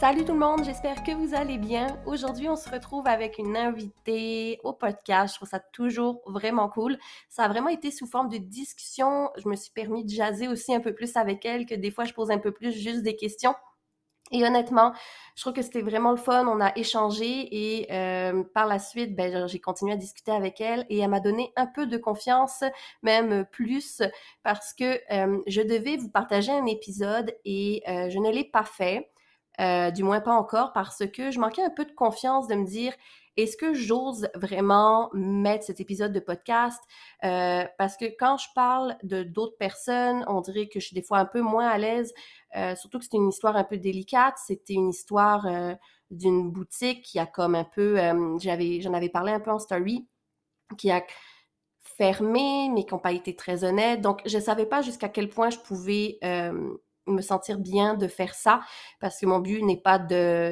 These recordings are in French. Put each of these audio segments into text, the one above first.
Salut tout le monde, j'espère que vous allez bien. Aujourd'hui, on se retrouve avec une invitée au podcast. Je trouve ça toujours vraiment cool. Ça a vraiment été sous forme de discussion. Je me suis permis de jaser aussi un peu plus avec elle, que des fois, je pose un peu plus juste des questions. Et honnêtement, je trouve que c'était vraiment le fun. On a échangé et par la suite, j'ai continué à discuter avec elle et elle m'a donné un peu de confiance, même plus, parce que je devais vous partager un épisode et je ne l'ai pas fait, du moins pas encore, parce que je manquais un peu de confiance de me dire, est-ce que j'ose vraiment mettre cet épisode de podcast? Parce que quand je parle de d'autres personnes, on dirait que je suis des fois un peu moins à l'aise. Surtout que c'était une histoire un peu délicate. C'était une histoire d'une boutique qui a comme un peu, j'en avais parlé un peu en story, qui a fermé, mais qui n'ont pas été très honnêtes. Donc, je savais pas jusqu'à quel point je pouvais me sentir bien de faire ça, parce que mon but n'est pas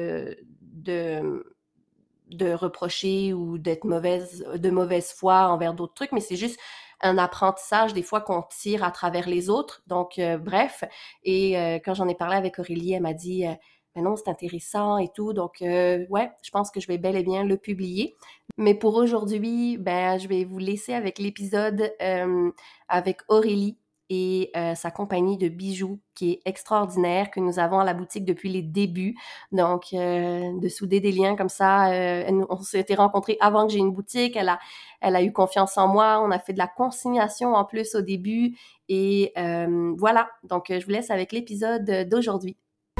de reprocher ou d'être de mauvaise foi envers d'autres trucs, mais c'est juste un apprentissage des fois qu'on tire à travers les autres. Donc, bref. Et quand j'en ai parlé avec Aurélie, elle m'a dit, ben non, c'est intéressant et tout. Donc, ouais, je pense que je vais bel et bien le publier. Mais pour aujourd'hui, ben, je vais vous laisser avec l'épisode avec Aurélie et sa compagnie de bijoux qui est extraordinaire, que nous avons à la boutique depuis les débuts. Donc, de souder des liens comme ça. On s'était rencontrés avant que j'ai une boutique. Elle a eu confiance en moi. On a fait de la consignation en plus au début. Et voilà. Donc, je vous laisse avec l'épisode d'aujourd'hui.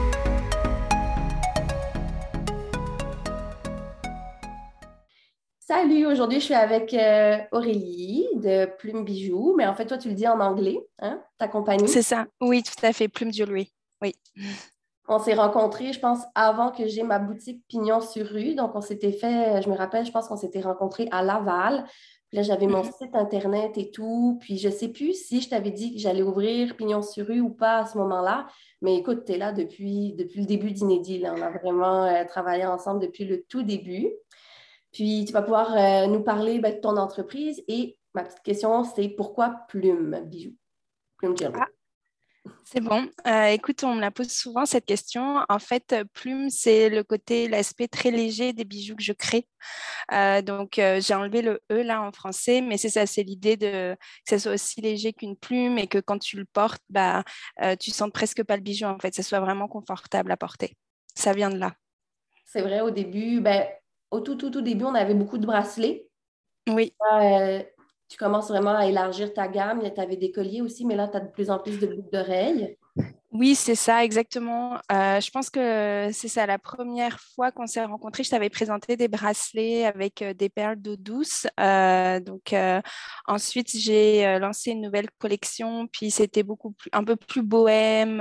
Salut, aujourd'hui je suis avec Aurélie de Plume Bijoux, mais en fait toi tu le dis en anglais, hein, ta compagnie. C'est ça, oui, tout à fait, Plume Jewelry. Oui. On s'est rencontrés, je pense, avant que j'ai ma boutique Pignon sur rue. Donc, on s'était fait, je me rappelle, je pense qu'on s'était rencontrés à Laval. Puis là, j'avais mon Mhm. site Internet et tout. Puis, je sais plus si je t'avais dit que j'allais ouvrir Pignon sur rue ou pas à ce moment-là. Mais écoute, tu es là depuis le début d'Inédit. Là. On a vraiment travaillé ensemble depuis le tout début. Puis, tu vas pouvoir nous parler de ton entreprise. Et ma petite question, c'est pourquoi Plume Bijoux? Plume Jewelry. Ah, c'est bon. Écoute, on me la pose souvent cette question. En fait, Plume, c'est le côté, l'aspect très léger des bijoux que je crée. J'ai enlevé le E là en français, mais c'est ça, c'est l'idée de que ça soit aussi léger qu'une plume et que quand tu le portes, tu sens presque pas le bijou en fait, ça soit vraiment confortable à porter. Ça vient de là. C'est vrai, au début, ben, au tout début, on avait beaucoup de bracelets. Oui. Là, tu commences vraiment à élargir ta gamme. Tu avais des colliers aussi, mais là, tu as de plus en plus de boucles d'oreilles. Oui, c'est ça, exactement. Je pense que c'est ça, la première fois qu'on s'est rencontrés, je t'avais présenté des bracelets avec des perles d'eau douce. Ensuite, j'ai lancé une nouvelle collection, puis c'était un peu plus bohème,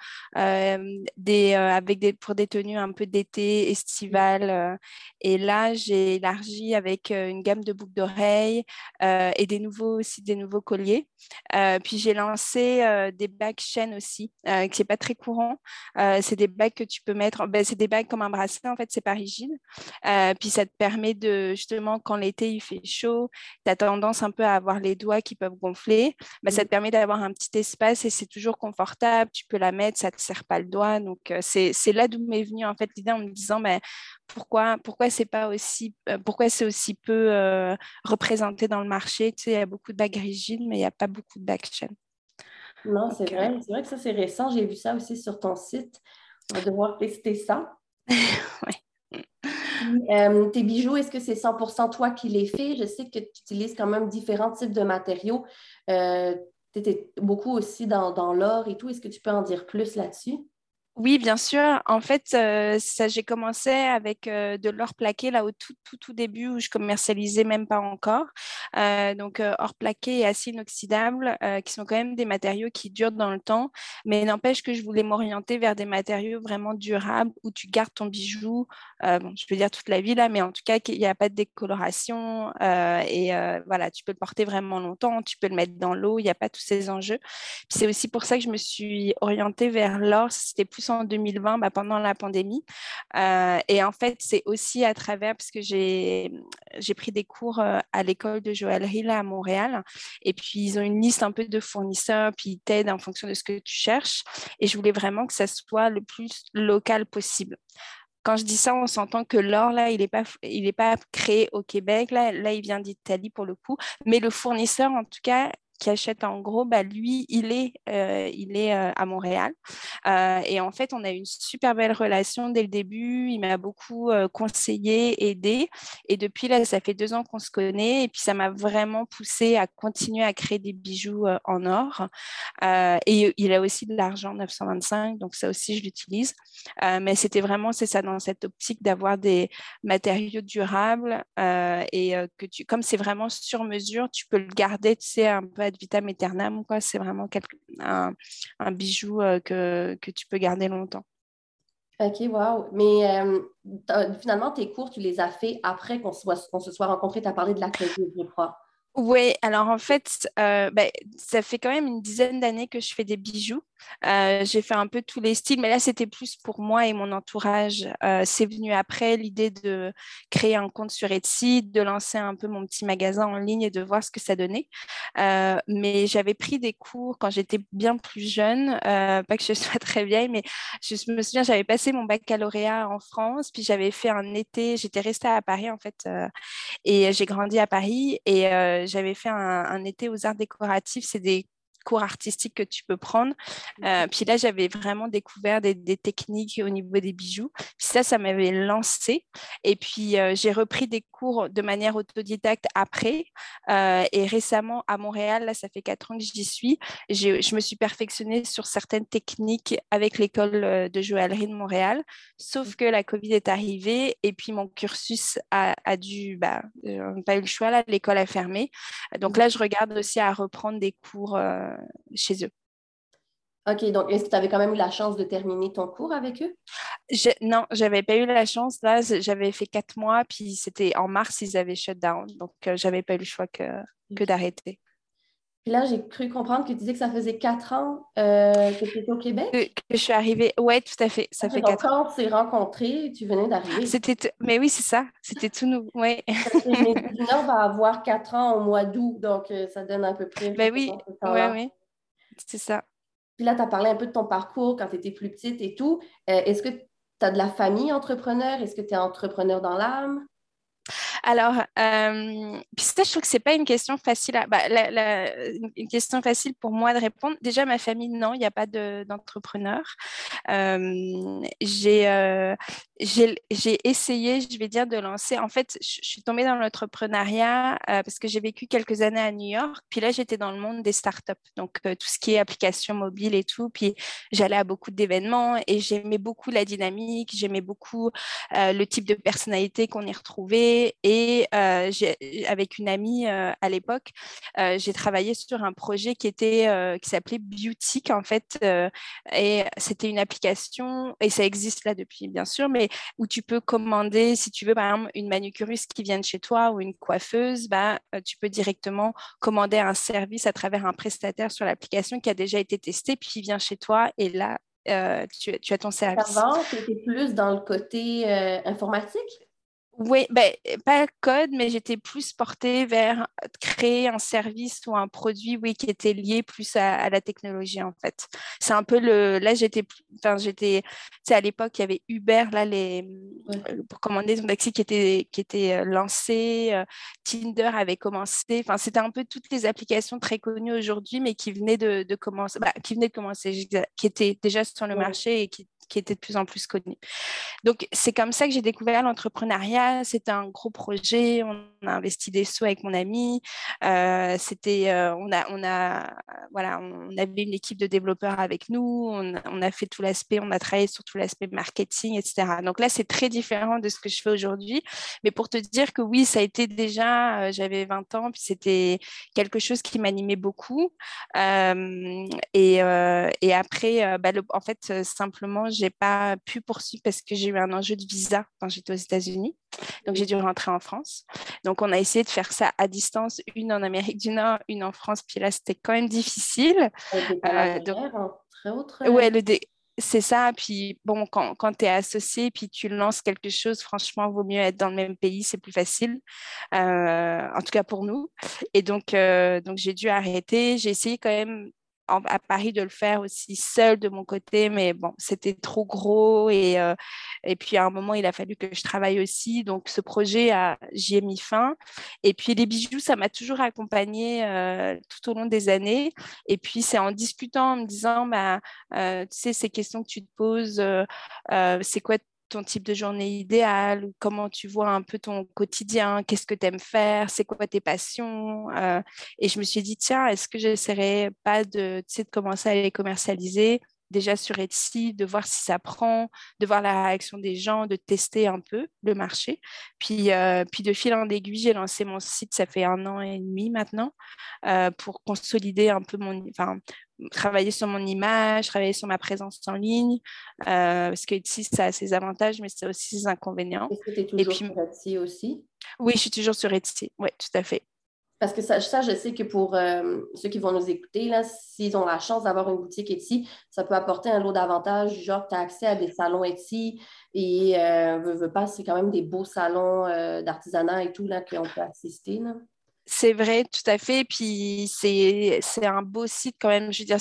pour des tenues un peu d'été, estivales. Et là, j'ai élargi avec une gamme de boucles d'oreilles et des nouveaux colliers. Puis j'ai lancé des bagues chaînes aussi, qui n'est pas très courant. C'est des bagues que tu peux mettre, c'est des bagues comme un bracelet, en fait, c'est pas rigide. Puis ça te permet de, justement, quand l'été il fait chaud, tu as tendance un peu à avoir les doigts qui peuvent gonfler. Ça te permet d'avoir un petit espace et c'est toujours confortable. Tu peux la mettre, ça ne te serre pas le doigt. Donc c'est là d'où m'est venue en fait l'idée en me disant pourquoi c'est pas aussi pourquoi c'est aussi peu représenté dans le marché. Tu sais, il y a beaucoup de bagues rigides, mais il n'y a pas beaucoup de bagues chaînes. Non, c'est Donc, vrai. C'est vrai que ça, c'est récent. J'ai vu ça aussi sur ton site. On va devoir tester ça. ouais. Puis, tes bijoux, est-ce que c'est 100% toi qui les fais? Je sais que tu utilises quand même différents types de matériaux. Tu étais beaucoup aussi dans l'or et tout. Est-ce que tu peux en dire plus là-dessus? Oui, bien sûr. En fait, j'ai commencé avec de l'or plaqué là au tout début où je commercialisais même pas encore. Or plaqué et acier inoxydable, qui sont quand même des matériaux qui durent dans le temps, mais n'empêche que je voulais m'orienter vers des matériaux vraiment durables où tu gardes ton bijou, je veux dire toute la vie là, mais en tout cas qu'il n'y a pas de décoloration voilà, tu peux le porter vraiment longtemps, tu peux le mettre dans l'eau, il n'y a pas tous ces enjeux. Puis c'est aussi pour ça que je me suis orientée vers l'or. C'était plus plus en 2020, pendant la pandémie. Et en fait, c'est aussi à travers, parce que j'ai pris des cours à l'école de joaillerie là, à Montréal. Et puis, ils ont une liste un peu de fournisseurs, puis ils t'aident en fonction de ce que tu cherches. Et je voulais vraiment que ça soit le plus local possible. Quand je dis ça, on s'entend que l'or, là, il est pas créé au Québec. Là, il vient d'Italie pour le coup. Mais le fournisseur, en tout cas, qui achète en gros, lui, il est à Montréal. Et en fait, on a eu une super belle relation dès le début. Il m'a beaucoup conseillé, aidé. Et depuis là, ça fait 2 ans qu'on se connaît. Et puis, ça m'a vraiment poussé à continuer à créer des bijoux en or. Et il a aussi de l'argent 925, donc ça aussi, je l'utilise. Mais c'était vraiment, c'est ça, dans cette optique d'avoir des matériaux durables que comme c'est vraiment sur mesure, tu peux le garder, tu sais, un peu ad vitam aeternam, quoi. C'est vraiment un bijou que tu peux garder longtemps. OK, wow. Mais finalement, tes cours, tu les as fait après qu'on se soit rencontrés. Tu as parlé de la COVID, je crois. Oui, alors en fait, ça fait quand même une dizaine d'années que je fais des bijoux. J'ai fait un peu tous les styles, mais là, c'était plus pour moi et mon entourage. C'est venu après l'idée de créer un compte sur Etsy, de lancer un peu mon petit magasin en ligne et de voir ce que ça donnait. Mais j'avais pris des cours quand j'étais bien plus jeune, pas que je sois très vieille, mais je me souviens, j'avais passé mon baccalauréat en France, puis j'avais fait un été, j'étais restée à Paris en fait. Et j'ai grandi à Paris et j'avais fait un été aux arts décoratifs. C'est des cours artistiques que tu peux prendre. Puis là, j'avais vraiment découvert des techniques au niveau des bijoux. Puis ça m'avait lancé. Et puis, j'ai repris des cours de manière autodidacte après. Et récemment, à Montréal, là, ça fait 4 ans que j'y suis. Je me suis perfectionnée sur certaines techniques avec l'école de joaillerie de Montréal. Sauf que la COVID est arrivée et puis mon cursus a dû, on n'a pas eu le choix, là, l'école a fermé. Donc là, je regarde aussi à reprendre des cours chez eux. OK, donc est-ce que tu avais quand même eu la chance de terminer ton cours avec eux? Non, j'avais pas eu la chance. Là, j'avais fait 4 mois, puis c'était en mars, ils avaient shut down. Donc, j'avais pas eu le choix que OK. d'arrêter. Puis là, j'ai cru comprendre que tu disais que ça faisait 4 ans que tu étais au Que, Québec. que je suis arrivée. Ouais, tout à fait. Ça OK, fait donc 4 ans. quand on s'est rencontrés, tu venais d'arriver. Mais oui, c'est ça. C'était tout nouveau. Ouais. Parce que Mélodie du Nord va avoir 4 ans au mois d'août, donc ça donne à peu près, je Ben pense, oui. ce Ouais, temps-là. ouais. C'est ça. Puis là, tu as parlé un peu de ton parcours quand tu étais plus petite et tout. Est-ce que tu as de la famille entrepreneur? Est-ce que tu es entrepreneur dans l'âme? Alors, puis ça, je trouve que c'est pas une question facile une question facile pour moi de répondre. Déjà, ma famille, non, il n'y a pas d'entrepreneur. J'ai essayé, je vais dire, de lancer. En fait, je suis tombée dans l'entrepreneuriat parce que j'ai vécu quelques années à New York. Puis là, j'étais dans le monde des startups, donc tout ce qui est applications mobiles et tout. Puis j'allais à beaucoup d'événements et j'aimais beaucoup la dynamique, j'aimais beaucoup le type de personnalité qu'on y retrouvait. Et avec une amie à l'époque, j'ai travaillé sur un projet qui s'appelait Beautic, en fait. Et c'était une application, et ça existe là depuis, bien sûr, mais où tu peux commander, si tu veux, par exemple, une manucuriste qui vient de chez toi ou une coiffeuse, tu peux directement commander un service à travers un prestataire sur l'application qui a déjà été testé, puis il vient chez toi et là, tu as ton service. Avant, tu étais plus dans le côté informatique? Oui, pas code, mais j'étais plus portée vers créer un service ou un produit, oui, qui était lié plus à la technologie, en fait. C'est un peu là, tu sais, à l'époque, il y avait Uber, là, Ouais. pour commander son taxi qui était lancé, Tinder avait commencé, enfin, c'était un peu toutes les applications très connues aujourd'hui, mais qui venaient de commencer, qui étaient déjà sur le Ouais. marché et qui étaient de plus en plus connues. Donc, c'est comme ça que j'ai découvert l'entrepreneuriat. C'était un gros projet. On a investi des sous avec mon ami. Voilà, on avait une équipe de développeurs avec nous. On a fait tout l'aspect, on a travaillé sur tout l'aspect marketing, etc. Donc là, c'est très différent de ce que je fais aujourd'hui. Mais pour te dire que oui, ça a été déjà, j'avais 20 ans, puis c'était quelque chose qui m'animait beaucoup. Et après, en fait, simplement, j'ai pas pu poursuivre parce que j'ai eu un enjeu de visa quand j'étais aux États-Unis. Donc, j'ai dû rentrer en France. Donc, on a essayé de faire ça à distance, une en Amérique du Nord, une en France. Puis là, c'était quand même difficile. Le décalage Donc, horaire entre autres. ouais, C'est ça. Puis bon, quand tu es associé, puis tu lances quelque chose, franchement, vaut mieux être dans le même pays, c'est plus facile. En tout cas pour nous. Et donc j'ai dû arrêter. J'ai essayé quand même à Paris de le faire aussi seule de mon côté, mais bon, c'était trop gros. Et puis à un moment, il a fallu que je travaille aussi. Donc ce projet, j'y ai mis fin. Et puis les bijoux, ça m'a toujours accompagnée tout au long des années. Et puis c'est en discutant, en me disant, bah, tu sais, ces questions que tu te poses, c'est quoi ton type de journée idéale, comment tu vois un peu ton quotidien, qu'est-ce que tu aimes faire, c'est quoi tes passions. Et je me suis dit, tiens, est-ce que j'essaierais pas tu sais, de commencer à les commercialiser déjà sur Etsy, de voir si ça prend, de voir la réaction des gens, de tester un peu le marché. Puis de fil en aiguille, j'ai lancé mon site, ça fait 1 an et demi maintenant, pour consolider un peu enfin, travailler sur mon image, travailler sur ma présence en ligne, parce que ici, ça a ses avantages, mais ça a aussi ses inconvénients. Est-ce que tu es Et toujours puis, sur Etsy aussi? oui, je suis toujours sur Etsy. Oui, tout à fait. Parce que ça, je sais que pour ceux qui vont nous écouter, là, s'ils ont la chance d'avoir une boutique Etsy, ça peut apporter un lot d'avantages, genre tu as accès à des salons Etsy et veux pas, c'est quand même des beaux salons d'artisanat et tout là, qu'on peut assister. Là. C'est vrai, tout à fait. Puis c'est un beau site quand même. Je veux dire,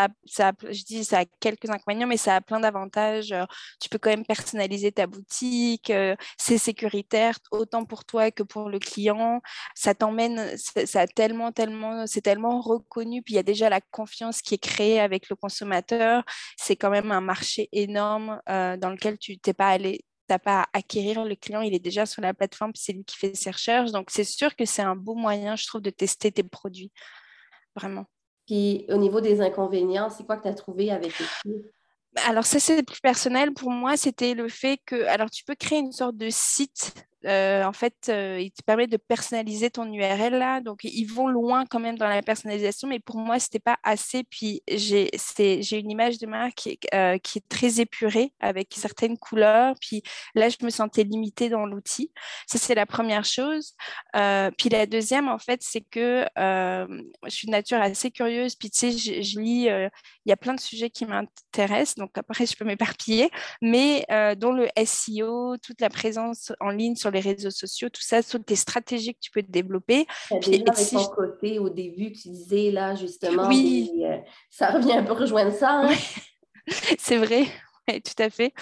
je dis ça a quelques inconvénients, mais ça a plein d'avantages. Tu peux quand même personnaliser ta boutique. C'est sécuritaire autant pour toi que pour le client. Ça t'emmène, ça a c'est tellement reconnu. Puis il y a déjà la confiance qui est créée avec le consommateur. C'est quand même un marché énorme dans lequel tu t'es pas allé. T'as pas à acquérir le client, il est déjà sur la plateforme, puis c'est lui qui fait ses recherches. Donc, c'est sûr que c'est un beau moyen, je trouve, de tester tes produits, vraiment. Puis au niveau des inconvénients, c'est quoi que tu as trouvé avec Etsy? Alors ça, c'est plus personnel. Pour moi, c'était le fait que, alors tu peux créer une sorte de site. En fait, il te permet de personnaliser ton URL là. Donc, ils vont loin quand même dans la personnalisation, mais pour moi, c'était pas assez. Puis, j'ai une image de marque qui est très épurée avec certaines couleurs. Puis là, je me sentais limitée dans l'outil. Ça, c'est la première chose. Puis la deuxième, en fait, c'est que je suis de nature assez curieuse. Puis, tu sais, je lis il y a plein de sujets qui m'intéressent, donc après, je peux m'éparpiller, mais dont le SEO, toute la présence en ligne sur les réseaux sociaux, tout ça, toutes les stratégies que tu peux développer. Puis Déjà avec Etsy, ton côté, au début, tu disais là, justement, oui, ça revient un peu rejoindre ça, hein? c'est vrai. Ouais, tout à fait.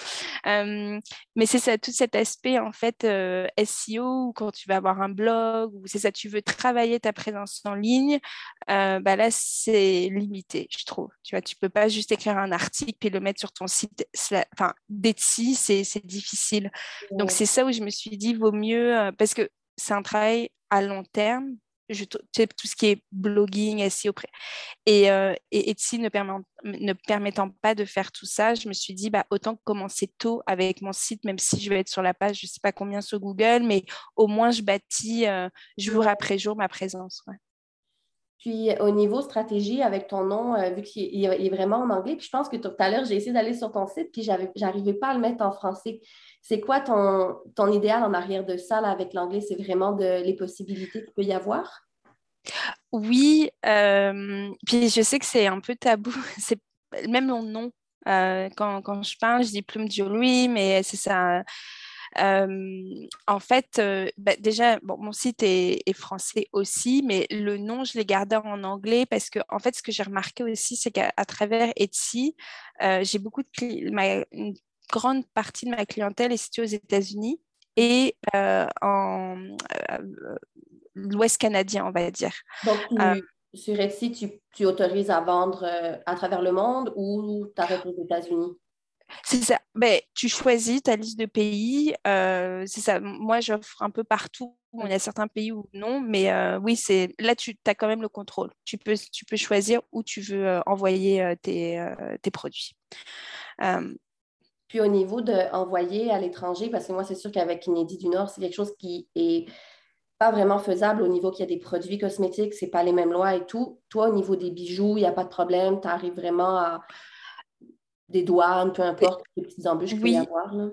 Mais c'est ça, tout cet aspect en fait SEO, quand tu vas avoir un blog, ou c'est ça, tu veux travailler ta présence en ligne, bah là c'est limité, je trouve. Tu vois, tu peux pas juste écrire un article et le mettre sur ton site. Enfin, d'Etsy, c'est difficile. Donc Ouais. c'est ça où je me suis dit, vaut mieux, parce que c'est un travail à long terme. Tu sais, tout ce qui est blogging, SEO, et Etsy ne permettant pas de faire tout ça, je me suis dit, bah, autant commencer tôt avec mon site, même si je vais être sur la page, je ne sais pas combien sur Google, mais au moins je bâtis jour Ouais. après jour ma présence. Ouais. Puis au niveau stratégie, avec ton nom, vu qu'il est vraiment en anglais, puis je pense que tout à l'heure, j'ai essayé d'aller sur ton site, puis j'arrivais pas à le mettre en français. C'est quoi ton idéal en arrière de ça, là, avec l'anglais? C'est vraiment les possibilités qu'il peut y avoir? Oui, puis je sais que c'est un peu tabou, c'est même mon nom. Quand je parle, je dis Plume Jewelry, mais c'est ça. En fait, bah, déjà, bon, mon site est français aussi, mais le nom, je l'ai gardé en anglais parce que, en fait, ce que j'ai remarqué aussi, c'est qu'à travers Etsy, j'ai beaucoup une grande partie de ma clientèle est située aux États-Unis et l'Ouest canadien, on va dire. Donc, Euh, sur Etsy, tu autorises à vendre à travers le monde ou tu arrêtes aux États-Unis? C'est ça. Ben, tu choisis ta liste de pays. C'est ça. Moi, j'offre un peu partout. Bon, il y a certains pays où non, mais oui, c'est là, tu as quand même le contrôle. Tu peux choisir où tu veux envoyer tes produits. Euh, Puis au niveau d'envoyer à l'étranger, parce que moi, c'est sûr qu'avec Inédit du Nord, c'est quelque chose qui est pas vraiment faisable au niveau qu'il y a des produits cosmétiques, c'est pas les mêmes lois et tout. Toi, au niveau des bijoux, il n'y a pas de problème, tu arrives vraiment à des douanes, peu importe, les petites embûches qu'il peut y oui, avoir, là.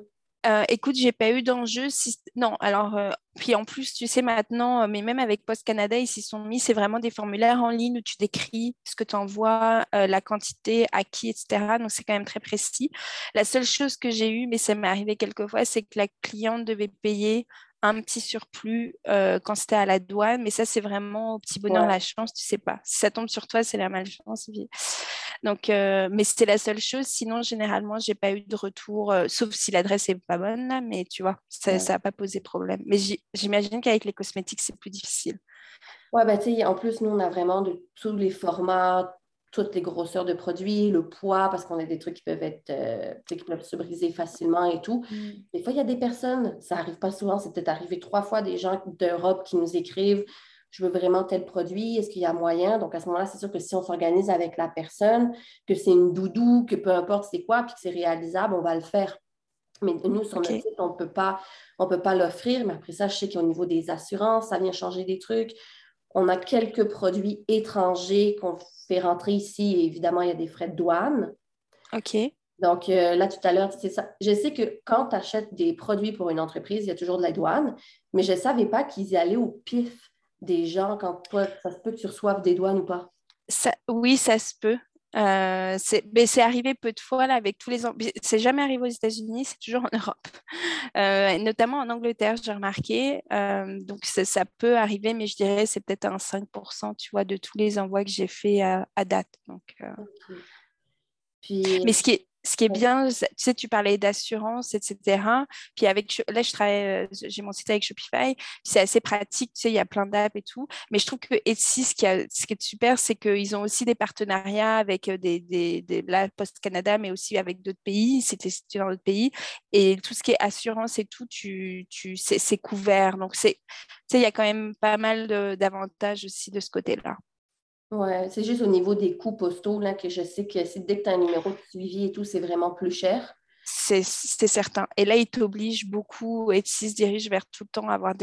Écoute, j'ai pas eu d'enjeu. Non, alors, puis en plus, tu sais, maintenant, mais même avec Post Canada, ils s'y sont mis, c'est vraiment des formulaires en ligne où tu décris ce que tu envoies, la quantité, à qui, etc. Donc, c'est quand même très précis. La seule chose que j'ai eue, mais ça m'est arrivé quelques fois, c'est que la cliente devait payer un petit surplus quand c'était à la douane, mais ça, c'est vraiment au petit bonheur Ouais. la chance, tu sais pas. Si ça tombe sur toi, c'est la malchance. Donc, mais c'était la seule chose. Sinon, généralement, j'ai pas eu de retour, sauf si l'adresse est pas bonne, là, mais tu vois, ça Ouais. n'a pas posé problème. Mais j'imagine qu'avec les cosmétiques, c'est plus difficile. Ouais, ben, tu sais, en plus, nous, on a vraiment de tous les formats, toutes les grosseurs de produits, le poids, parce qu'on a des trucs qui peuvent être, tu sais, qui peuvent se briser facilement et tout. Mm. Des fois, il y a des personnes, ça arrive pas souvent, c'est peut-être arrivé 3 fois des gens d'Europe qui nous écrivent, je veux vraiment tel produit, est-ce qu'il y a moyen? Donc, à ce moment-là, c'est sûr que si on s'organise avec la personne, que c'est une doudou, que peu importe c'est quoi, puis que c'est réalisable, on va le faire. Mais nous, sur notre Ok. site, on peut pas l'offrir. Mais après ça, je sais qu'au niveau des assurances, ça vient changer des trucs. On a quelques produits étrangers qu'on fait rentrer ici et évidemment, il y a des frais de douane. Ok. Donc là, tout à l'heure, c'est ça. Je sais que quand tu achètes des produits pour une entreprise, il y a toujours de la douane, mais je ne savais pas qu'ils y allaient au pif des gens quand toi, ça se peut que tu reçoives des douanes ou pas. Oui, ça se peut. Mais c'est arrivé peu de fois là avec tous les c'est jamais arrivé aux États-Unis, c'est toujours en Europe. Notamment en Angleterre, j'ai remarqué. Donc ça peut arriver, mais je dirais c'est peut-être un 5%, tu vois, de tous les envois que j'ai fait à date. Donc, OK. Puis, mais ce qui est bien, tu sais, tu parlais d'assurance, etc. Puis là, je travaille, j'ai mon site avec Shopify, puis c'est assez pratique, tu sais, il y a plein d'apps et tout. Mais je trouve que Etsy, ce qui est super, c'est qu'ils ont aussi des partenariats avec la Post Canada, mais aussi avec d'autres pays, c'était situé dans d'autres pays. Et tout ce qui est assurance et tout, c'est couvert. Donc, tu sais, il y a quand même pas mal d'avantages aussi de ce côté-là. ouais, c'est juste au niveau des coûts postaux là, que je sais que dès que tu as un numéro de suivi et tout, c'est vraiment plus cher. C'est certain. Et là, il t'oblige beaucoup, et s'il se dirige vers tout le temps avoir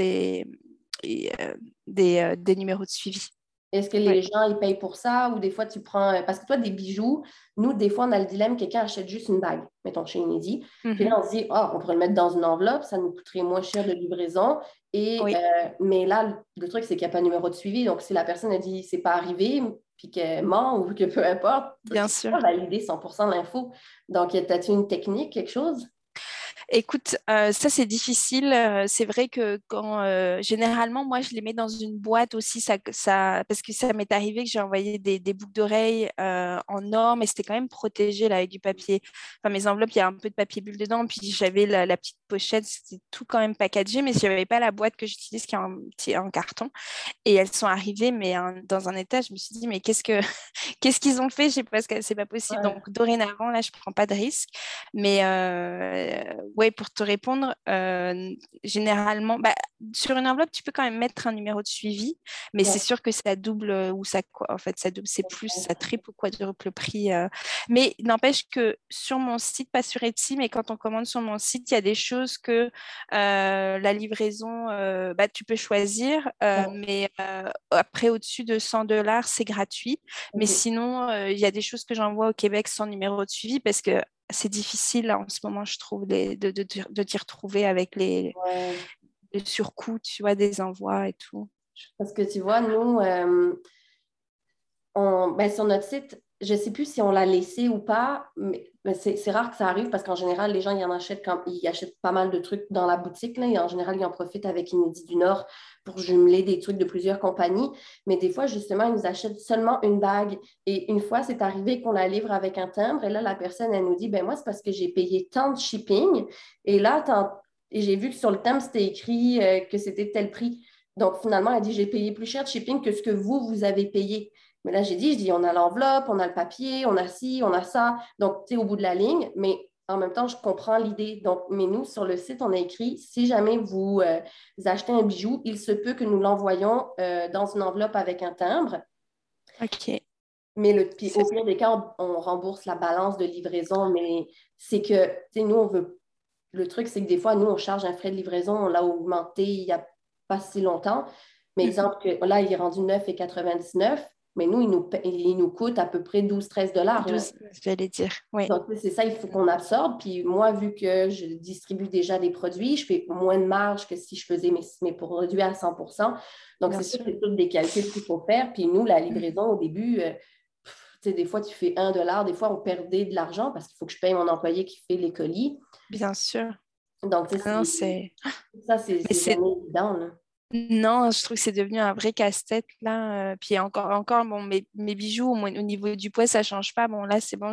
et, euh, des numéros de suivi. Est-ce que Ouais. les gens, ils payent pour ça ou des fois, tu prends... Parce que toi, des bijoux, nous, des fois, on a le dilemme, quelqu'un achète juste une bague, mettons chez Inédit. Puis là, Mhm. on se dit, ah, on pourrait le mettre dans une enveloppe, ça nous coûterait moins cher de livraison. Oui, Mais là, le truc, c'est qu'il n'y a pas de numéro de suivi. Donc, si la personne a dit, c'est pas arrivé, puis qu'elle ment ou que peu importe, tu bien ne peux sûr. pas valider 100% de l'info. Donc, as-tu une technique, quelque chose? Écoute, ça c'est difficile. C'est vrai que quand généralement moi je les mets dans une boîte aussi, parce que ça m'est arrivé que j'ai envoyé des boucles d'oreilles en or, mais c'était quand même protégé là avec du papier. Enfin mes enveloppes, il y a un peu de papier bulle dedans, puis j'avais la petite pochette, c'était tout quand même packagé, mais je n'avais pas la boîte que j'utilise qui est en carton. Et elles sont arrivées, mais dans un état, je me suis dit mais qu'est-ce qu'ils ont fait? Je sais pas, c'est pas possible. Ouais. Donc dorénavant là, je prends pas de risque. Mais ouais, pour te répondre, généralement, bah, sur une enveloppe, tu peux quand même mettre un numéro de suivi, mais c'est Ouais. sûr que ça double ou en fait, ça double, c'est plus, ça triple ou quadruple le prix. Mais n'empêche que sur mon site, pas sur Etsy, mais quand on commande sur mon site, il y a des choses que la livraison, bah, tu peux choisir, Ouais. mais après, au-dessus de $100, c'est gratuit. Mais OK. sinon, il y a des choses que j'envoie au Québec sans numéro de suivi parce que c'est difficile là, en ce moment, je trouve, de t'y retrouver avec Ouais. les surcoûts, tu vois, des envois et tout. Parce que tu vois, nous, sur notre site, je ne sais plus si on l'a laissé ou pas, mais c'est rare que ça arrive parce qu'en général, les gens, ils en achètent quand ils achètent pas mal de trucs dans la boutique. Là, et en général, ils en profitent avec Inédit du Nord pour jumeler des trucs de plusieurs compagnies. Mais des fois, justement, ils nous achètent seulement une bague. Et une fois, c'est arrivé qu'on la livre avec un timbre. Et là, la personne, elle nous dit, ben moi, c'est parce que j'ai payé tant de shipping. Et là, et j'ai vu que sur le timbre, c'était écrit que c'était tel prix. Donc, finalement, elle dit, j'ai payé plus cher de shipping que ce que vous avez payé. Mais là, je dis, on a l'enveloppe, on a le papier, on a ci, on a ça. Donc, tu sais, au bout de la ligne, mais en même temps, je comprends l'idée. Donc, mais nous, sur le site, on a écrit, si jamais vous achetez un bijou, il se peut que nous l'envoyons dans une enveloppe avec un timbre. Ok. Mais puis au pire des cas, on rembourse la balance de livraison. Mais c'est que, tu sais, nous, on veut. Le truc, c'est que des fois, nous, on charge un frais de livraison, on l'a augmenté il n'y a pas si longtemps. Mais Mhm. exemple, que là, il est rendu 9,99. mais nous, il nous coûte à peu près 12-13 $. Là. 12, j'allais dire, oui, Donc, c'est ça, il faut qu'on absorbe. Puis moi, vu que je distribue déjà des produits, je fais moins de marge que si je faisais mes produits à 100%. Donc, bien c'est ça, sûr. c'est tous des calculs qu'il faut faire. Puis nous, la livraison, au début, tu sais, des fois, tu fais 1 $, des fois, on perdait de l'argent parce qu'il faut que je paye mon employé qui fait les colis. Bien sûr. Donc, tu sais, Ah non, c'est... ça, Mais c'est c'est... jamais évident, là. Non, je trouve que c'est devenu un vrai casse-tête là. Puis encore, bon, mes bijoux, au niveau du poids, ça change pas. Bon, là, c'est bon,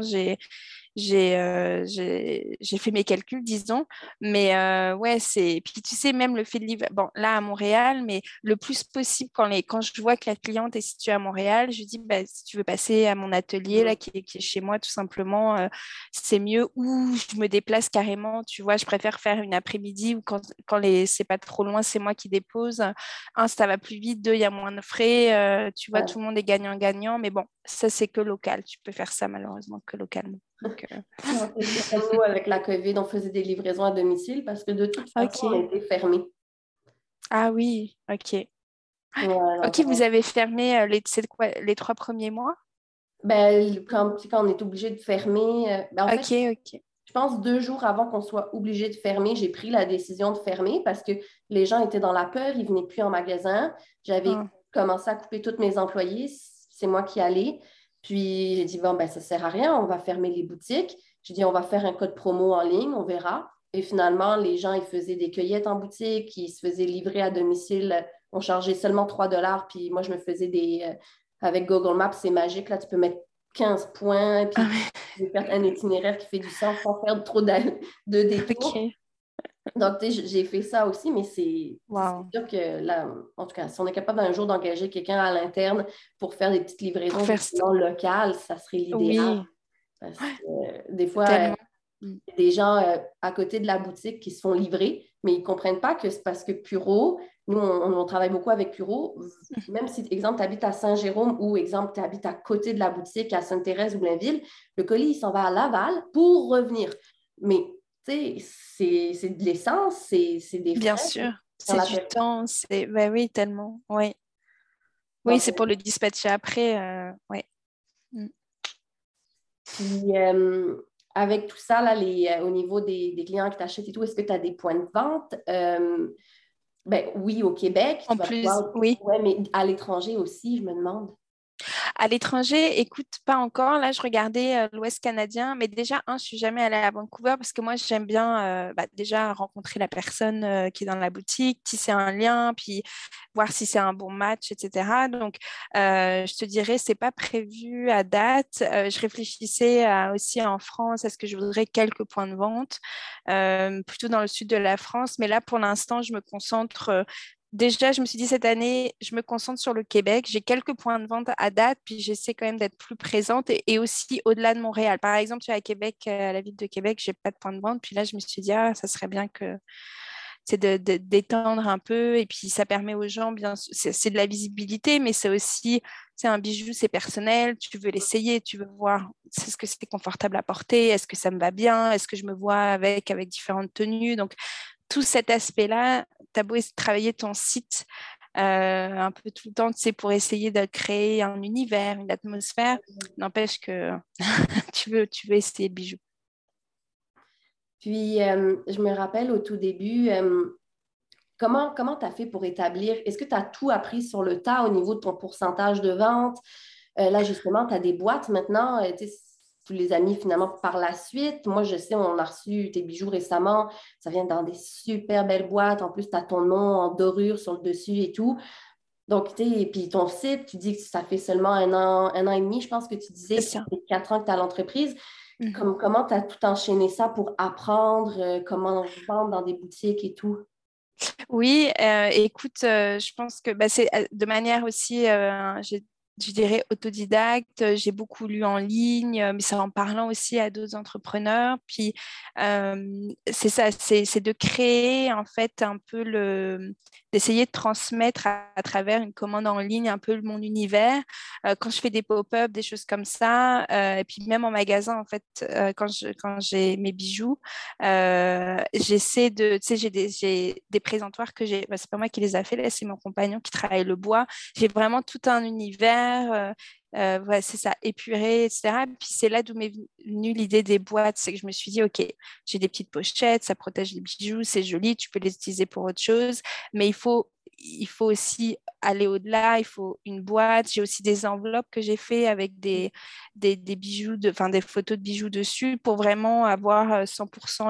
j'ai fait mes calculs, disons. Mais ouais, c'est. Puis tu sais, même le fait de livrer, bon, là à Montréal, mais le plus possible, quand je vois que la cliente est située à Montréal, je lui dis, bah, si tu veux passer à mon atelier, là, Mhm. qui est chez moi, tout simplement, c'est mieux. Ou je me déplace carrément, tu vois, je préfère faire une après-midi ou quand c'est pas trop loin, c'est moi qui dépose. Un, ça va plus vite. Deux, il y a moins de frais. Tu vois, Ouais. tout le monde est gagnant-gagnant. Mais bon, ça, c'est que local. Tu peux faire ça malheureusement que localement. Donc, Non, c'est ça. Comme nous, avec la COVID, on faisait des livraisons à domicile parce que de toute façon, on ok. était fermés. Ah oui, ok. Ouais, Ok, donc, vous avez fermé c'est quoi, les 3 premiers mois? ben, quand on est obligé de fermer, ben, en fait, Ok, ok. je pense 2 jours avant qu'on soit obligé de fermer, j'ai pris la décision de fermer parce que les gens étaient dans la peur, ils ne venaient plus en magasin. J'avais Ah, commencé à couper tous mes employés, c'est moi qui allais. Puis j'ai dit, bon, ben, ça ne sert à rien, on va fermer les boutiques. J'ai dit, on va faire un code promo en ligne, on verra. Et finalement, les gens, ils faisaient des cueillettes en boutique, ils se faisaient livrer à domicile. On chargeait seulement 3 $. Puis moi, je me faisais avec Google Maps, c'est magique. Là, tu peux mettre 15 points, ah puis ouais. je vais faire un itinéraire qui fait du sens sans faire trop de détours. Ok. Donc, tu sais, j'ai fait ça aussi, mais c'est Waouh. sûr que là, en tout cas, si on est capable un jour d'engager quelqu'un à l'interne pour faire des petites Pour livraisons faire ça. justement locales, ça serait l'idéal. Oui, Parce que des fois, tellement. Mm. il y a des gens à côté de la boutique qui se font livrer, mais ils ne comprennent pas que c'est parce que Puro, nous, on travaille beaucoup avec Puro. Même si, exemple, tu habites à Saint-Jérôme ou, exemple, tu habites à côté de la boutique à Sainte-Thérèse ou Blainville, le colis, il s'en va à Laval pour revenir. Mais, tu sais, c'est de l'essence, c'est des Bien frais. sûr, Quand c'est la du personne- temps. Bah oui, tellement. Oui. Oui, Donc, c'est pour le dispatcher après. Ouais. Mm. puis, avec tout ça, là, au niveau des clients qui t'achètent et tout, est-ce que tu as des points de vente? Ben, oui, au Québec, En tu vas plus, pouvoir. oui. Ouais, mais à l'étranger aussi, je me demande. À l'étranger, écoute, pas encore. Là, je regardais l'Ouest canadien, mais déjà, je suis jamais allée à Vancouver parce que moi, j'aime bien déjà rencontrer la personne qui est dans la boutique, tisser un lien, puis voir si c'est un bon match, etc. Donc, je te dirais, c'est pas prévu à date. Je réfléchissais aussi en France, est-ce que je voudrais quelques points de vente, plutôt dans le sud de la France, mais là, pour l'instant, je me concentre. Déjà, je me suis dit cette année, je me concentre sur le Québec. J'ai quelques points de vente à date, puis j'essaie quand même d'être plus présente et aussi au-delà de Montréal. Par exemple, tu es à Québec, à la ville de Québec, j'ai pas de point de vente. Puis là, je me suis dit, ça serait bien que c'est d'étendre un peu. Et puis, ça permet aux gens, bien sûr, c'est de la visibilité, mais c'est aussi, c'est un bijou, c'est personnel. Tu veux l'essayer, tu veux voir, est-ce que c'est confortable à porter, est-ce que ça me va bien, est-ce que je me vois avec différentes tenues. Donc, tout cet aspect-là, tu as beau travailler ton site un peu tout le temps, tu sais, pour essayer de créer un univers, une atmosphère, n'empêche que tu veux essayer le bijou. Puis, je me rappelle au tout début, comment tu as fait pour établir, est-ce que tu as tout appris sur le tas au niveau de ton pourcentage de vente? Là, justement, tu as des boîtes maintenant, tu sais, tu les as mis finalement par la suite. Moi, je sais, on a reçu tes bijoux récemment. Ça vient dans des super belles boîtes. En plus, tu as ton nom en dorure sur le dessus et tout. Donc, tu sais, et puis ton site, tu dis que ça fait seulement un an et demi, je pense que tu disais, C'est puis ça ça. fait 4 ans que tu as l'entreprise. Mhm. Comment tu as tout enchaîné ça pour apprendre comment vendre dans des boutiques et tout? Oui, écoute, je pense que bah, c'est de manière aussi, je dirais, autodidacte. J'ai beaucoup lu en ligne, mais c'est en parlant aussi à d'autres entrepreneurs. Puis, c'est ça, c'est de créer en fait un peu d'essayer de transmettre à travers une commande en ligne un peu mon univers. Quand je fais des pop-up, des choses comme ça, et puis même en magasin, en fait, quand j'ai mes bijoux. J'essaie de, tu sais, j'ai des présentoirs que j'ai, bah, c'est pas moi qui les a fait, là, c'est mon compagnon qui travaille le bois. J'ai vraiment tout un univers lumière, ouais, c'est ça, épuré, etc. Puis c'est là d'où m'est venue l'idée des boîtes. C'est que je me suis dit, OK, j'ai des petites pochettes, ça protège les bijoux, c'est joli, tu peux les utiliser pour autre chose, mais il faut aussi aller au-delà, il faut une boîte. J'ai aussi des enveloppes que j'ai fait avec des bijoux, enfin des photos de bijoux dessus pour vraiment avoir 100%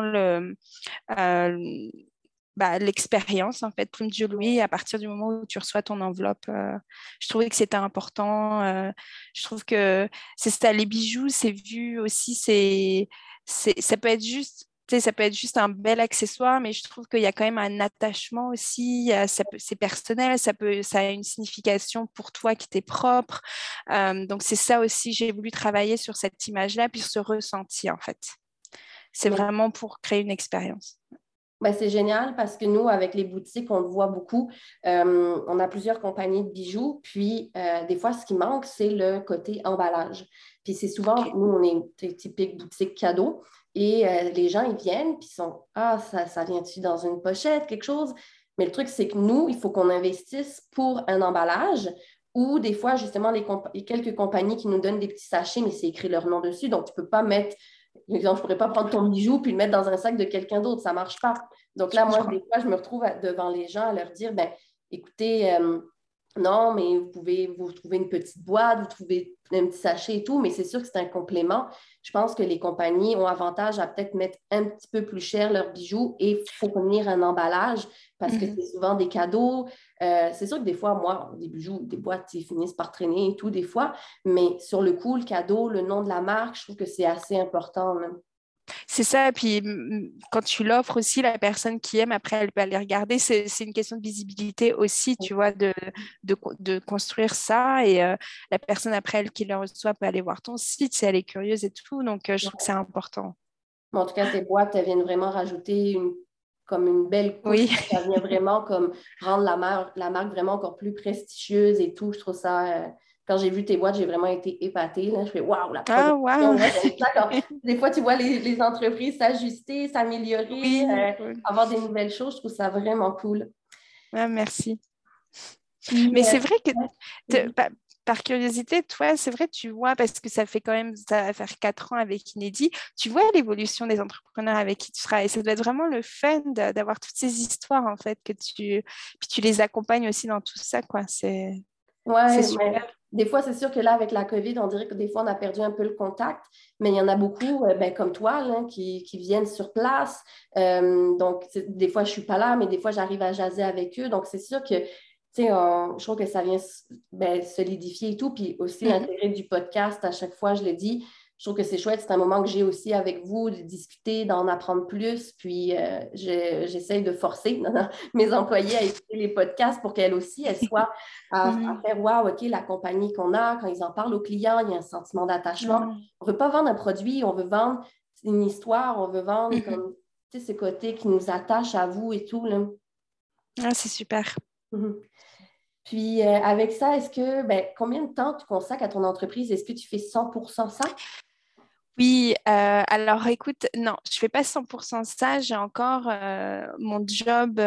euh, l'expérience, en fait, Plume de Louis, à partir du moment où tu reçois ton enveloppe. Je trouvais que c'était important. Je trouve que c'est ça, les bijoux, c'est vu aussi, ça peut être juste. Tu sais, ça peut être juste un bel accessoire, mais je trouve qu'il y a quand même un attachement aussi. C'est personnel, ça a une signification pour toi qui t'est propre. Donc, c'est ça aussi, j'ai voulu travailler sur cette image-là, puis sur ce ressenti, en fait. C'est Mais vraiment pour créer une expérience. ben, c'est génial parce que nous, avec les boutiques, on le voit beaucoup. On a plusieurs compagnies de bijoux. Puis, des fois, ce qui manque, c'est le côté emballage. Puis, c'est souvent, OK. nous, on est typique boutique cadeau. Et les gens, ils viennent, puis ils sont, ah, ça vient-tu dans une pochette, quelque chose? Mais le truc, c'est que nous, il faut qu'on investisse pour un emballage. Ou des fois, justement, les quelques compagnies qui nous donnent des petits sachets, mais c'est écrit leur nom dessus. Donc, tu ne peux pas mettre exemple, je ne pourrais pas prendre ton bijou puis le mettre dans un sac de quelqu'un d'autre, ça ne marche pas. Donc Je là, moi, comprends. des fois, je me retrouve devant les gens à leur dire, ben, écoutez, non, mais vous pouvez vous trouver une petite boîte, vous trouvez un petit sachet et tout, mais c'est sûr que c'est un complément. Je pense que les compagnies ont avantage à peut-être mettre un petit peu plus cher leurs bijoux et fournir un emballage parce que Mhm. c'est souvent des cadeaux. C'est sûr que des fois, moi, des bijoux, des boîtes, ils finissent par traîner et tout, des fois, mais sur le coup, le cadeau, le nom de la marque, je trouve que c'est assez important même. C'est ça, et puis quand tu l'offres aussi, la personne qui aime, après, elle peut aller regarder. C'est une question de visibilité aussi, tu vois, de construire ça. Et la personne, après, elle qui le reçoit, peut aller voir ton site si elle est curieuse et tout. Donc, je trouve que c'est important. Mais en tout cas, tes boîtes, elles viennent vraiment rajouter comme une belle couche. Oui. Ça vient vraiment comme rendre la marque vraiment encore plus prestigieuse et tout. Je trouve ça. Quand j'ai vu tes boîtes, j'ai vraiment été épatée. Là. Je fais waouh, la Ah, progression. waouh. Là, j'aime ça quand des fois, tu vois les entreprises s'ajuster, s'améliorer, Oui, oui. avoir des nouvelles choses. Je trouve ça vraiment cool. Ah, merci. Puis, Mais c'est vrai que, ouais. te- pa- par curiosité, toi, c'est vrai, tu vois, parce que ça fait quand même, ça va faire 4 ans avec Inédit, tu vois l'évolution des entrepreneurs avec qui tu travailles. Ça doit être vraiment le fun d'avoir toutes ces histoires, en fait, puis tu les accompagnes aussi dans tout ça, quoi. C'est Ouais, super. mais des fois, c'est sûr que là, avec la COVID, on dirait que des fois, on a perdu un peu le contact, mais il y en a beaucoup, ben, comme toi, là, qui viennent sur place. Donc, des fois, je ne suis pas là, mais des fois, j'arrive à jaser avec eux. Donc, c'est sûr que, tu sais, je trouve que ça vient ben, solidifier et tout. Puis aussi, Mhm, l'intérêt du podcast, à chaque fois, je le dis, je trouve que c'est chouette. C'est un moment que j'ai aussi avec vous, de discuter, d'en apprendre plus. Puis, j'essaye de forcer mes employés à écouter les podcasts pour qu'elles aussi, elles soient à mhm. faire wow, OK, la compagnie qu'on a, quand ils en parlent aux clients, il y a un sentiment d'attachement. Mhm, On ne veut pas vendre un produit, on veut vendre une histoire, on veut vendre mhm. comme tu sais, ce côté qui nous attache à vous et tout. Là. Ah, c'est super. Mhm. Puis avec ça, est-ce que ben, combien de temps tu consacres à ton entreprise? Est-ce que tu fais 100% ça? Oui, alors écoute, non, je fais pas 100% ça. J'ai encore mon job,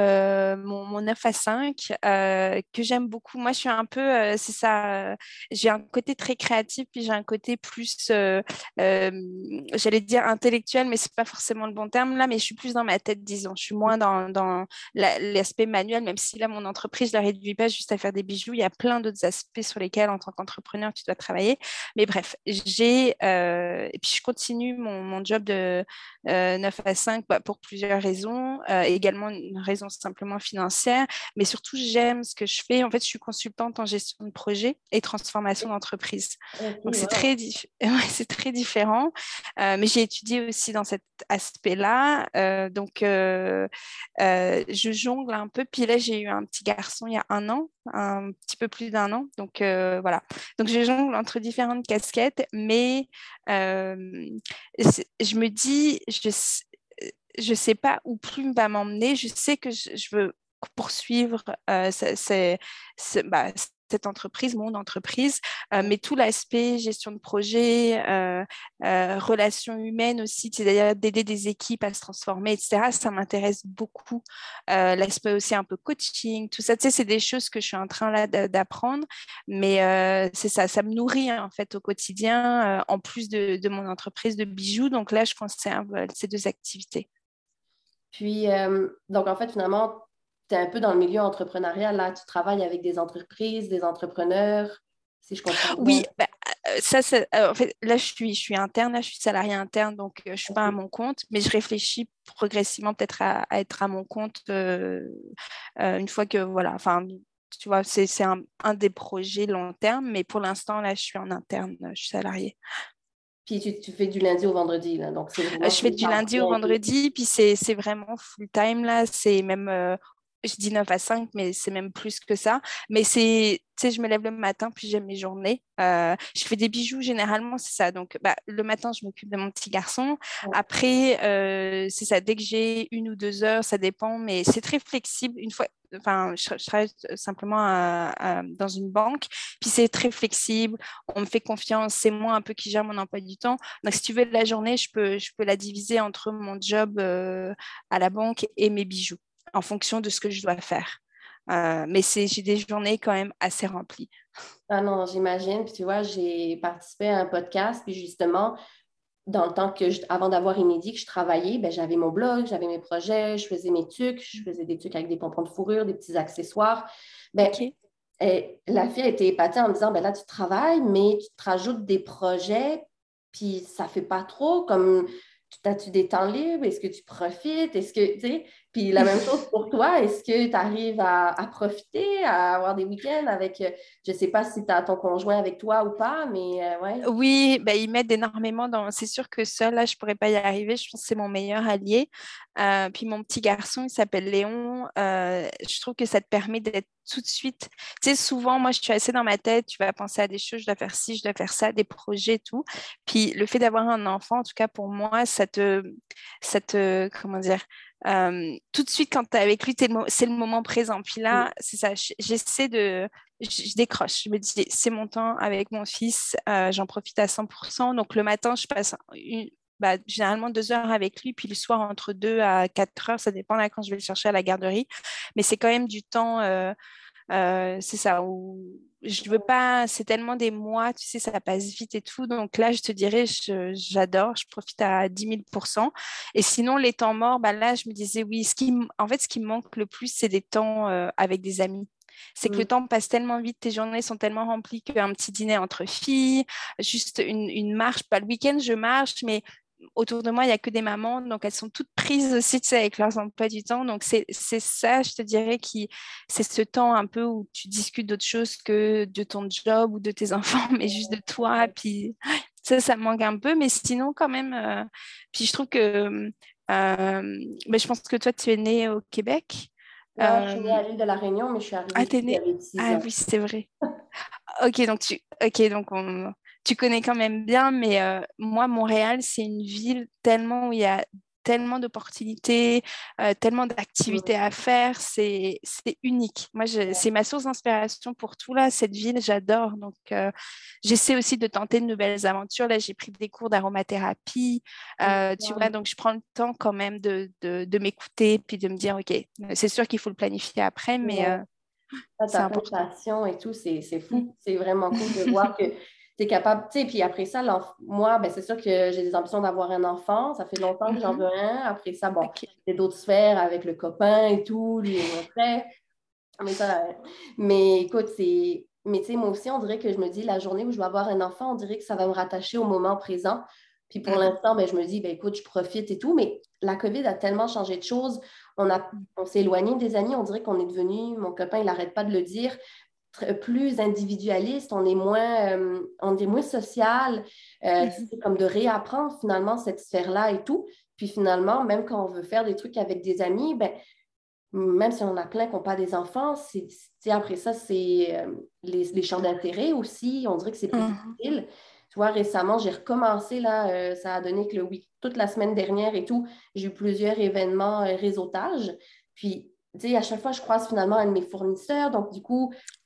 mon 9 à 5 que j'aime beaucoup. Moi, je suis un peu, c'est ça, j'ai un côté très créatif, puis j'ai un côté plus, euh, j'allais dire intellectuel, mais c'est pas forcément le bon terme là, mais je suis plus dans ma tête, disons. Je suis moins dans l'aspect manuel, même si là, mon entreprise, je la réduis pas juste à faire des bijoux. Il y a plein d'autres aspects sur lesquels, en tant qu'entrepreneur, tu dois travailler. Mais bref, et puis je continue mon job de 9 à 5 pour plusieurs raisons. Également une raison simplement financière, mais surtout j'aime ce que je fais. En fait, je suis consultante en gestion de projet et transformation d'entreprise. OK, Donc wow. ouais, c'est très différent. Mais j'ai étudié aussi dans cet aspect-là. Donc je jongle un peu. Puis là, j'ai eu un petit garçon il y a un an, un petit peu plus d'un an. Donc voilà. Donc, je jongle entre différentes casquettes, mais euh, je me dis, je sais pas où Plume va m'emmener. Je sais que je veux poursuivre cette entreprise, mon entreprise, mais tout l'aspect gestion de projet, relations humaines aussi, c'est-à-dire d'aider des équipes à se transformer, etc., ça m'intéresse beaucoup. L'aspect aussi un peu coaching, tout ça, tu sais, c'est des choses que je suis en train là d'apprendre, mais c'est ça, ça me nourrit en fait au quotidien, en plus de mon entreprise de bijoux. Donc là, je conserve ces deux activités. Puis, donc en fait, finalement, tu es un peu dans le milieu entrepreneurial, là, tu travailles avec des entreprises, des entrepreneurs, si je comprends Oui, bien. bah, en fait, là, je suis interne, là, je suis salariée interne, donc je suis pas à OK. mon compte, mais je réfléchis progressivement peut-être à être à mon compte une fois que, voilà, enfin, tu vois, c'est un des projets long terme, mais pour l'instant, là, je suis en interne, je suis salariée. Puis tu fais du lundi au vendredi, là, donc c'est vraiment Je fais full du temps lundi au plein. vendredi, puis c'est vraiment full time là. C'est même, je dis 9 à 5, mais c'est même plus que ça. Mais c'est, tu sais, je me lève le matin, puis j'aime mes journées. Je fais des bijoux généralement, c'est ça. Donc, bah, le matin, je m'occupe de mon petit garçon. Après, c'est ça. Dès que j'ai 1 ou 2 heures, ça dépend, mais c'est très flexible. Une fois, enfin, je travaille simplement dans une banque, puis c'est très flexible. On me fait confiance. C'est moi un peu qui gère mon emploi du temps. Donc, si tu veux, la journée, je peux la diviser entre mon job à la banque et mes bijoux, en fonction de ce que je dois faire. Mais j'ai des journées quand même assez remplies. Ah non, j'imagine. Puis tu vois, j'ai participé à un podcast, puis justement, dans le temps que avant d'avoir Inédit, que je travaillais, ben, j'avais mon blog, j'avais mes projets, je faisais mes tucs, je faisais des trucs avec des pompons de fourrure, des petits accessoires. Ben, OK. la fille a été épatée en me disant, ben là, tu travailles, mais tu te rajoutes des projets, puis ça fait pas trop, comme, as-tu des temps libres? Est-ce que tu profites? Est-ce que, tu sais, puis la même chose pour toi, est-ce que tu arrives à profiter, à avoir des week-ends avec, je sais pas si tu as ton conjoint avec toi ou pas, mais ouais. Oui, bah, ils m'aident énormément dans. C'est sûr que seul, là, je pourrais pas y arriver. Je pense que c'est mon meilleur allié. Puis mon petit garçon, il s'appelle Léon. Je trouve que ça te permet d'être tout de suite. Tu sais, souvent, moi, je suis assez dans ma tête. Tu vas penser à des choses, je dois faire ci, je dois faire ça, des projets, et tout. Puis le fait d'avoir un enfant, en tout cas pour moi, comment dire, tout de suite, quand tu es avec lui, c'est le moment présent. Puis là, c'est ça, j'essaie je décroche. Je me dis, c'est mon temps avec mon fils, j'en profite à 100%. Donc le matin, je passe généralement 2 heures avec lui, puis le soir, entre 2 à 4 heures, ça dépend là quand je vais le chercher à la garderie. Mais c'est quand même du temps, c'est ça, où je veux pas, c'est tellement des mois, tu sais, ça passe vite et tout. Donc là, je te dirais, j'adore, je profite à 10 000%. Et sinon, les temps morts, bah là, je me disais, oui, en fait, ce qui me manque le plus, c'est des temps avec des amis. C'est que le Mm. temps passe tellement vite, tes journées sont tellement remplies qu'un petit dîner entre filles, juste une marche, pas le week-end, je marche, mais autour de moi, il n'y a que des mamans, donc elles sont toutes prises aussi, tu sais, avec leurs emplois du temps. Donc c'est ça, je te dirais, c'est ce temps un peu où tu discutes d'autre chose que de ton job ou de tes enfants, mais juste de toi. Puis ça me manque un peu, mais sinon quand même. Puis je trouve que, mais je pense que toi, tu es née au Québec. Ouais, je suis née Euh, à l'île de la Réunion, mais je suis arrivée ah, ici, t'es née. j'avais 6 Ah ans. oui, c'est vrai. Tu connais quand même bien, mais moi, Montréal, c'est une ville tellement où il y a tellement d'opportunités, tellement d'activités Mm. à faire, c'est unique. Moi, c'est ma source d'inspiration pour tout là, cette ville, j'adore. Donc, j'essaie aussi de tenter de nouvelles aventures. Là, j'ai pris des cours d'aromathérapie, tu vois, donc je prends le temps quand même de m'écouter, puis de me dire, OK, c'est sûr qu'il faut le planifier après, mais Ouais. Ah, c'est t'as plein de important. passion et tout, c'est Mm. fou. C'est vraiment cool de voir que tu es capable. Tu sais, puis après ça, moi, ben, c'est sûr que j'ai des ambitions d'avoir un enfant. Ça fait longtemps que j'en Mhm. veux un. Après ça, bon, OK. il y a d'autres sphères avec le copain et tout, lui est moins prêt. Mais ça, mais écoute, c'est. Mais tu sais, moi aussi, on dirait que je me dis, la journée où je vais avoir un enfant, on dirait que ça va me rattacher au moment présent. Puis pour Mm. l'instant, ben, je me dis, ben, écoute, je profite et tout. Mais la COVID a tellement changé de choses. On s'est éloigné des amis. On dirait qu'on est devenu, mon copain, il n'arrête pas de le dire, plus individualiste. On est moins social. Mhm. C'est comme de réapprendre finalement cette sphère-là et tout. Puis finalement, même quand on veut faire des trucs avec des amis, ben, même si on a plein qui n'ont pas des enfants, après ça, c'est les champs d'intérêt aussi. On dirait que c'est plus Mhm. difficile. Tu vois, récemment, j'ai recommencé, là, ça a donné que toute la semaine dernière et tout, j'ai eu plusieurs événements réseautage. Puis, tu sais, à chaque fois, je croise finalement un de mes fournisseurs. Donc, du coup,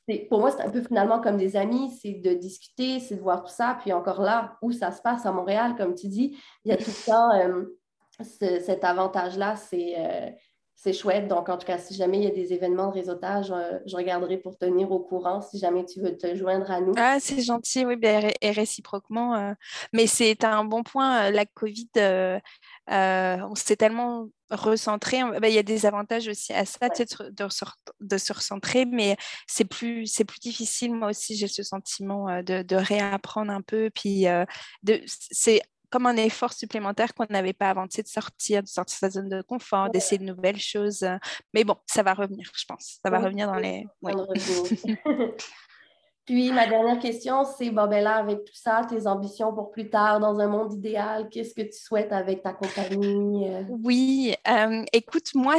Pour moi, c'est un peu finalement comme des amis, c'est de discuter, c'est de voir tout ça. Puis encore là, où ça se passe à Montréal, comme tu dis, il y a tout le temps cet avantage-là, c'est chouette. Donc, en tout cas, si jamais il y a des événements de réseautage, je regarderai pour te tenir au courant si jamais tu veux te joindre à nous. Ah, c'est gentil, oui, ben, et réciproquement. Mais c'est un bon point, la Covid, on s'est tellement recentré. Ben, il y a des avantages aussi à ça, tu sais, de se recentrer, mais c'est plus difficile. Moi aussi, j'ai ce sentiment de réapprendre un peu. Puis c'est comme un effort supplémentaire qu'on n'avait pas avant, tu sais, de sortir de sa zone de confort, d'essayer de nouvelles choses. Mais bon, ça va revenir, je pense. Ça va Oui, revenir dans oui, les. ça Oui. vient de revenir. Puis, ma dernière question, c'est, bon, ben là, avec tout ça, tes ambitions pour plus tard, dans un monde idéal, qu'est-ce que tu souhaites avec ta compagnie? Oui, écoute, moi,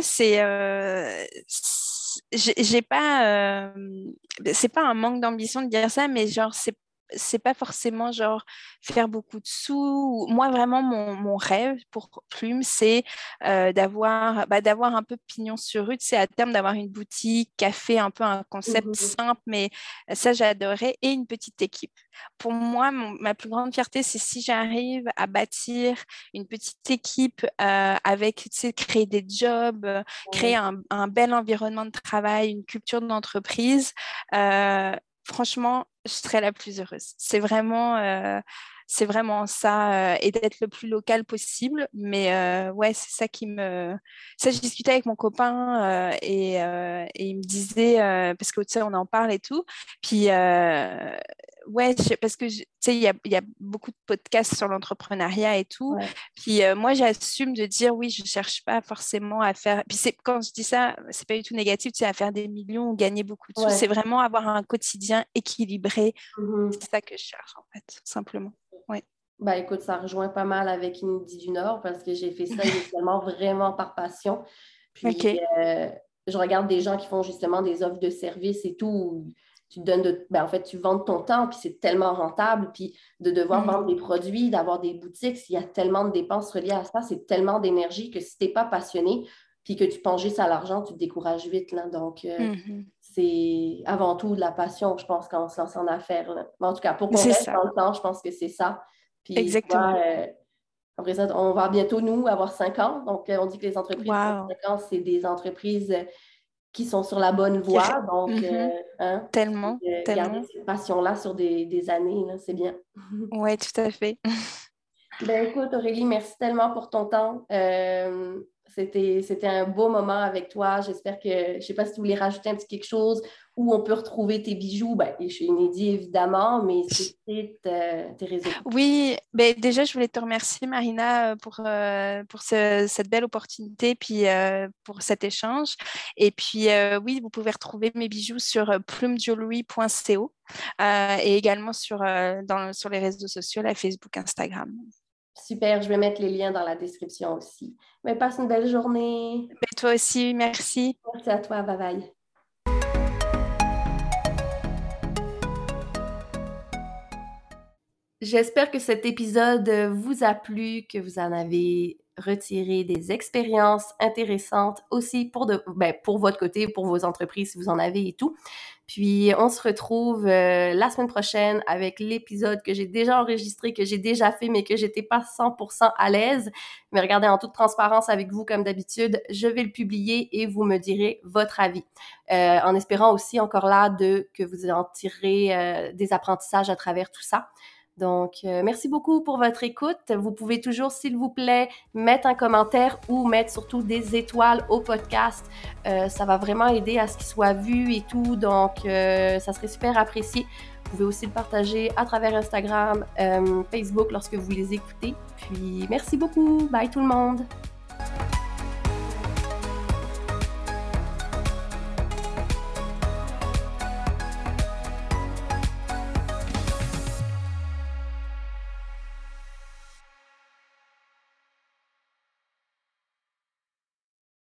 j'ai pas, c'est pas un manque d'ambition de dire ça, mais genre, c'est pas forcément genre faire beaucoup de sous. Moi, vraiment, mon rêve pour Plume, c'est d'avoir un peu pignon sur rue, c'est à terme d'avoir une boutique, café, un peu un concept Mhm. simple, mais ça, j'adorais, et une petite équipe. Pour moi, ma plus grande fierté, c'est si j'arrive à bâtir une petite équipe avec, tu sais, créer des jobs, créer Ouais. un bel environnement de travail, une culture d'entreprise. Franchement, je serais la plus heureuse. C'est vraiment ça, et d'être le plus local possible. Mais ouais, c'est ça qui me. Ça, je discutais avec mon copain et il me disait, parce que tu sais, on en parle et tout. Puis ouais, parce que tu sais, il y a beaucoup de podcasts sur l'entrepreneuriat et tout. Ouais. Puis moi, j'assume de dire oui, je cherche pas forcément à faire. Puis quand je dis ça, c'est pas du tout négatif, tu sais, à faire des millions ou gagner beaucoup de sous. C'est Ouais. vraiment avoir un quotidien équilibré. Mhm. C'est ça que je cherche en fait, tout simplement. Ouais. Ben, écoute, ça rejoint pas mal avec Inédit du Nord parce que j'ai fait ça initialement vraiment par passion. Puis, Ok. je regarde des gens qui font justement des offres de services et tout. Où tu donnes ben, en fait, tu vends ton temps, puis c'est tellement rentable. Puis, de devoir vendre Mhm. des produits, d'avoir des boutiques, s'il y a tellement de dépenses reliées à ça, c'est tellement d'énergie que si tu n'es pas passionné, puis que tu penses juste à l'argent, tu te décourages vite, là. Donc, Mhm. c'est avant tout de la passion, je pense, quand on se lance en affaires, là. Mais en tout cas, pour qu'on C'est reste ça, dans le temps, je pense que c'est ça. Puis, tu vois, exactement. après ça, on va bientôt, nous, avoir 5 ans. Donc, on dit que les entreprises qui ont Waouh. 5 ans, c'est des entreprises qui sont sur la bonne voie. Donc, Mhm. hein, Tellement, garder tellement. cette passion-là sur des années, là, c'est bien. Ouais, tout à fait. Ben écoute, Aurélie, merci tellement pour ton temps. C'était un beau moment avec toi. J'espère que, je ne sais pas si tu voulais rajouter un petit quelque chose où on peut retrouver tes bijoux. Ben, et chez Inédit, évidemment, mais c'est tes réseaux. Oui, ben déjà, je voulais te remercier, Marina, pour cette belle opportunité, puis pour cet échange. Et puis, oui, vous pouvez retrouver mes bijoux sur plumejewelry.co et également sur les réseaux sociaux, la Facebook, Instagram. Super, je vais mettre les liens dans la description aussi. Mais passe une belle journée. Ben, toi aussi, merci. Merci à toi. Bye bye. J'espère que cet épisode vous a plu, que vous en avez retiré des expériences intéressantes aussi pour votre côté, pour vos entreprises si vous en avez et tout. Puis on se retrouve la semaine prochaine avec l'épisode que j'ai déjà enregistré, que j'ai déjà fait, mais que j'étais pas 100% à l'aise. Mais regardez, en toute transparence avec vous, comme d'habitude, je vais le publier et vous me direz votre avis. En espérant aussi encore là que vous en tirerez des apprentissages à travers tout ça. Donc, merci beaucoup pour votre écoute. Vous pouvez toujours, s'il vous plaît, mettre un commentaire ou mettre surtout des étoiles au podcast. Ça va vraiment aider à ce qu'il soit vu et tout. Donc, ça serait super apprécié. Vous pouvez aussi le partager à travers Instagram, Facebook lorsque vous les écoutez. Puis, merci beaucoup. Bye tout le monde.